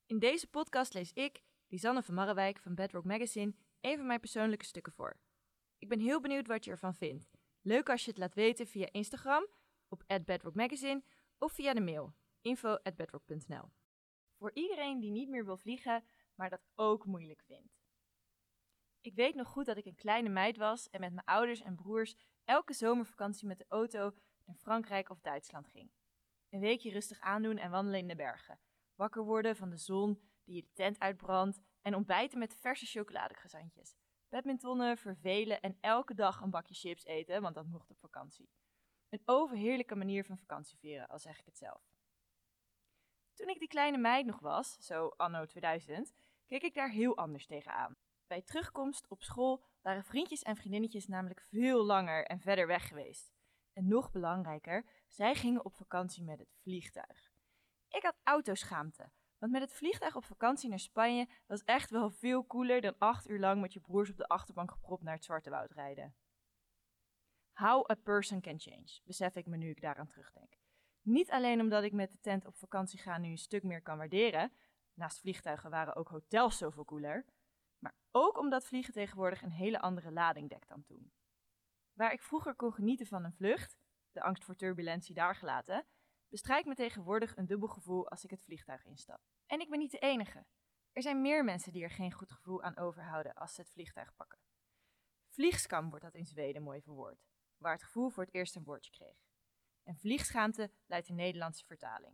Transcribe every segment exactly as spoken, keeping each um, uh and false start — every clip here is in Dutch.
In deze podcast lees ik, Lisanne van Marrewijk van Bedrock Magazine, een van mijn persoonlijke stukken voor. Ik ben heel benieuwd wat je ervan vindt. Leuk als je het laat weten via Instagram op at bedrock magazine of via de mail info at bedrock punt n l. Voor iedereen die niet meer wil vliegen, maar dat ook moeilijk vindt. Ik weet nog goed dat ik een kleine meid was en met mijn ouders en broers elke zomervakantie met de auto naar Frankrijk of Duitsland ging. Een weekje rustig aandoen en wandelen in de bergen. Wakker worden van de zon die je de tent uitbrandt en ontbijten met verse chocoladecroissantjes. Badmintonnen, vervelen en elke dag een bakje chips eten, want dat mocht op vakantie. Een overheerlijke manier van vakantie vieren, al zeg ik het zelf. Toen ik die kleine meid nog was, zo anno tweeduizend, keek ik daar heel anders tegenaan. Bij terugkomst op school waren vriendjes en vriendinnetjes namelijk veel langer en verder weg geweest. En nog belangrijker, zij gingen op vakantie met het vliegtuig. Ik had autoschaamte, want met het vliegtuig op vakantie naar Spanje was echt wel veel cooler dan acht uur lang met je broers op de achterbank gepropt naar het Zwarte Woud rijden. How a person can change, besef ik me nu ik daaraan terugdenk. Niet alleen omdat ik met de tent op vakantie gaan nu een stuk meer kan waarderen, naast vliegtuigen waren ook hotels zoveel cooler, maar ook omdat vliegen tegenwoordig een hele andere lading dekt dan toen. Waar ik vroeger kon genieten van een vlucht, de angst voor turbulentie daar gelaten, bestrijkt me tegenwoordig een dubbel gevoel als ik het vliegtuig instap. En ik ben niet de enige. Er zijn meer mensen die er geen goed gevoel aan overhouden als ze het vliegtuig pakken. Vliegskam wordt dat in Zweden mooi verwoord, waar het gevoel voor het eerst een woordje kreeg. En vliegschaamte luidt de Nederlandse vertaling.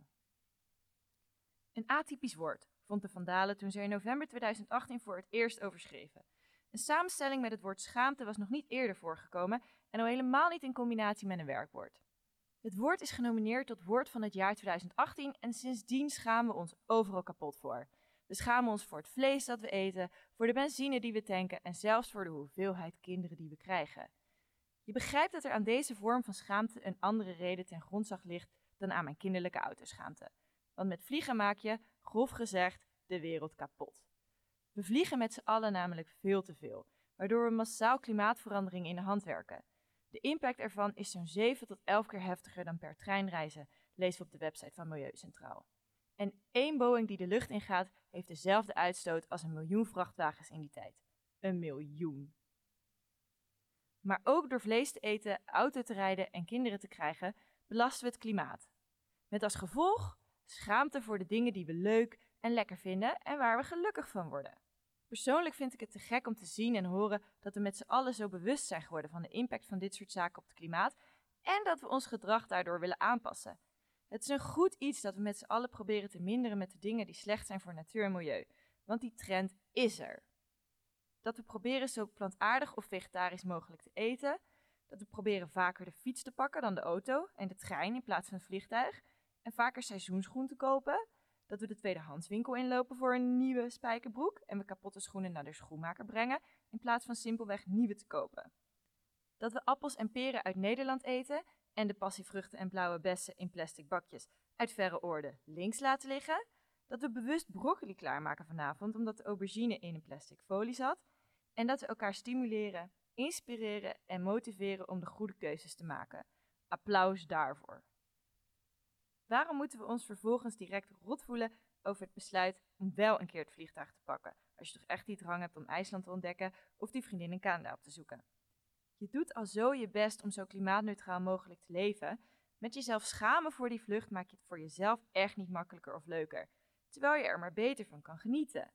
Een atypisch woord vond de Vandalen toen ze er in november tweeduizend achttien voor het eerst over schreven. Een samenstelling met het woord schaamte was nog niet eerder voorgekomen en al helemaal niet in combinatie met een werkwoord. Het woord is genomineerd tot woord van het jaar tweeduizend achttien en sindsdien schamen we ons overal kapot voor. We schamen ons voor het vlees dat we eten, voor de benzine die we tanken en zelfs voor de hoeveelheid kinderen die we krijgen. Je begrijpt dat er aan deze vorm van schaamte een andere reden ten grondslag ligt dan aan mijn kinderlijke autoschaamte. Want met vliegen maak je, grof gezegd, de wereld kapot. We vliegen met z'n allen namelijk veel te veel, waardoor we massaal klimaatverandering in de hand werken. De impact ervan is zo'n zeven tot elf keer heftiger dan per trein reizen, lezen we op de website van Milieu Centraal. En één Boeing die de lucht ingaat, heeft dezelfde uitstoot als een miljoen vrachtwagens in die tijd. Een miljoen. Maar ook door vlees te eten, auto te rijden en kinderen te krijgen, belasten we het klimaat. Met als gevolg schaamte voor de dingen die we leuk en lekker vinden en waar we gelukkig van worden. Persoonlijk vind ik het te gek om te zien en horen dat we met z'n allen zo bewust zijn geworden van de impact van dit soort zaken op het klimaat en dat we ons gedrag daardoor willen aanpassen. Het is een goed iets dat we met z'n allen proberen te minderen met de dingen die slecht zijn voor natuur en milieu, want die trend is er. Dat we proberen zo plantaardig of vegetarisch mogelijk te eten, dat we proberen vaker de fiets te pakken dan de auto en de trein in plaats van het vliegtuig en vaker seizoensgroen te kopen, dat we de tweedehandswinkel inlopen voor een nieuwe spijkerbroek en we kapotte schoenen naar de schoenmaker brengen in plaats van simpelweg nieuwe te kopen. Dat we appels en peren uit Nederland eten en de passievruchten en blauwe bessen in plastic bakjes uit verre oorden links laten liggen. Dat we bewust broccoli klaarmaken vanavond omdat de aubergine in een plastic folie zat. En dat we elkaar stimuleren, inspireren en motiveren om de goede keuzes te maken. Applaus daarvoor. Waarom moeten we ons vervolgens direct rot voelen over het besluit om wel een keer het vliegtuig te pakken, als je toch echt die drang hebt om IJsland te ontdekken of die vriendin in Canada op te zoeken? Je doet al zo je best om zo klimaatneutraal mogelijk te leven. Met jezelf schamen voor die vlucht maak je het voor jezelf echt niet makkelijker of leuker, terwijl je er maar beter van kan genieten.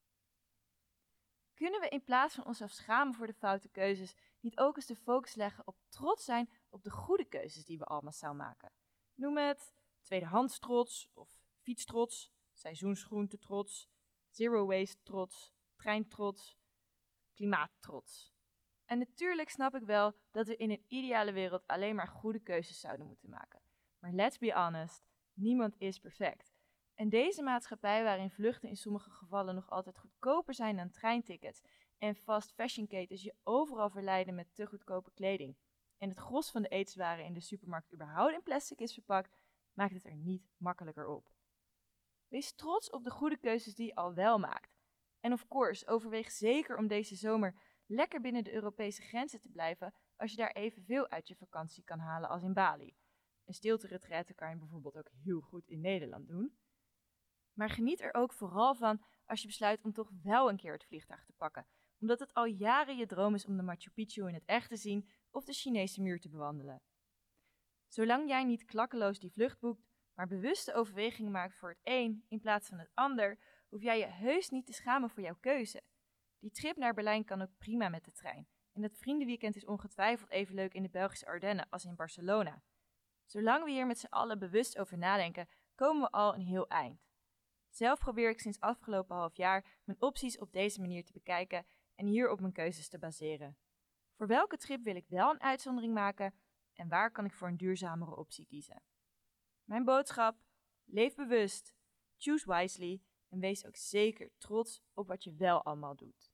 Kunnen we in plaats van onszelf schamen voor de foute keuzes niet ook eens de focus leggen op trots zijn op de goede keuzes die we al massaal maken? Noem het tweedehands trots of fietstrots, seizoensgroente trots, zero waste trots, treintrots, klimaattrots. En natuurlijk snap ik wel dat we in een ideale wereld alleen maar goede keuzes zouden moeten maken. Maar let's be honest, niemand is perfect. En deze maatschappij waarin vluchten in sommige gevallen nog altijd goedkoper zijn dan treintickets en fast fashion ketens je overal verleiden met te goedkope kleding en het gros van de eetwaren in de supermarkt überhaupt in plastic is verpakt, maakt het er niet makkelijker op. Wees trots op de goede keuzes die je al wel maakt. En of course, overweeg zeker om deze zomer lekker binnen de Europese grenzen te blijven als je daar evenveel uit je vakantie kan halen als in Bali. Een stilte-retraite kan je bijvoorbeeld ook heel goed in Nederland doen. Maar geniet er ook vooral van als je besluit om toch wel een keer het vliegtuig te pakken, omdat het al jaren je droom is om de Machu Picchu in het echt te zien of de Chinese muur te bewandelen. Zolang jij niet klakkeloos die vlucht boekt, maar bewuste overwegingen maakt voor het een in plaats van het ander, hoef jij je heus niet te schamen voor jouw keuze. Die trip naar Berlijn kan ook prima met de trein. En het vriendenweekend is ongetwijfeld even leuk in de Belgische Ardennen als in Barcelona. Zolang we hier met z'n allen bewust over nadenken, komen we al een heel eind. Zelf probeer ik sinds afgelopen half jaar mijn opties op deze manier te bekijken en hierop mijn keuzes te baseren. Voor welke trip wil ik wel een uitzondering maken en waar kan ik voor een duurzamere optie kiezen? Mijn boodschap: leef bewust, choose wisely en wees ook zeker trots op wat je wel allemaal doet.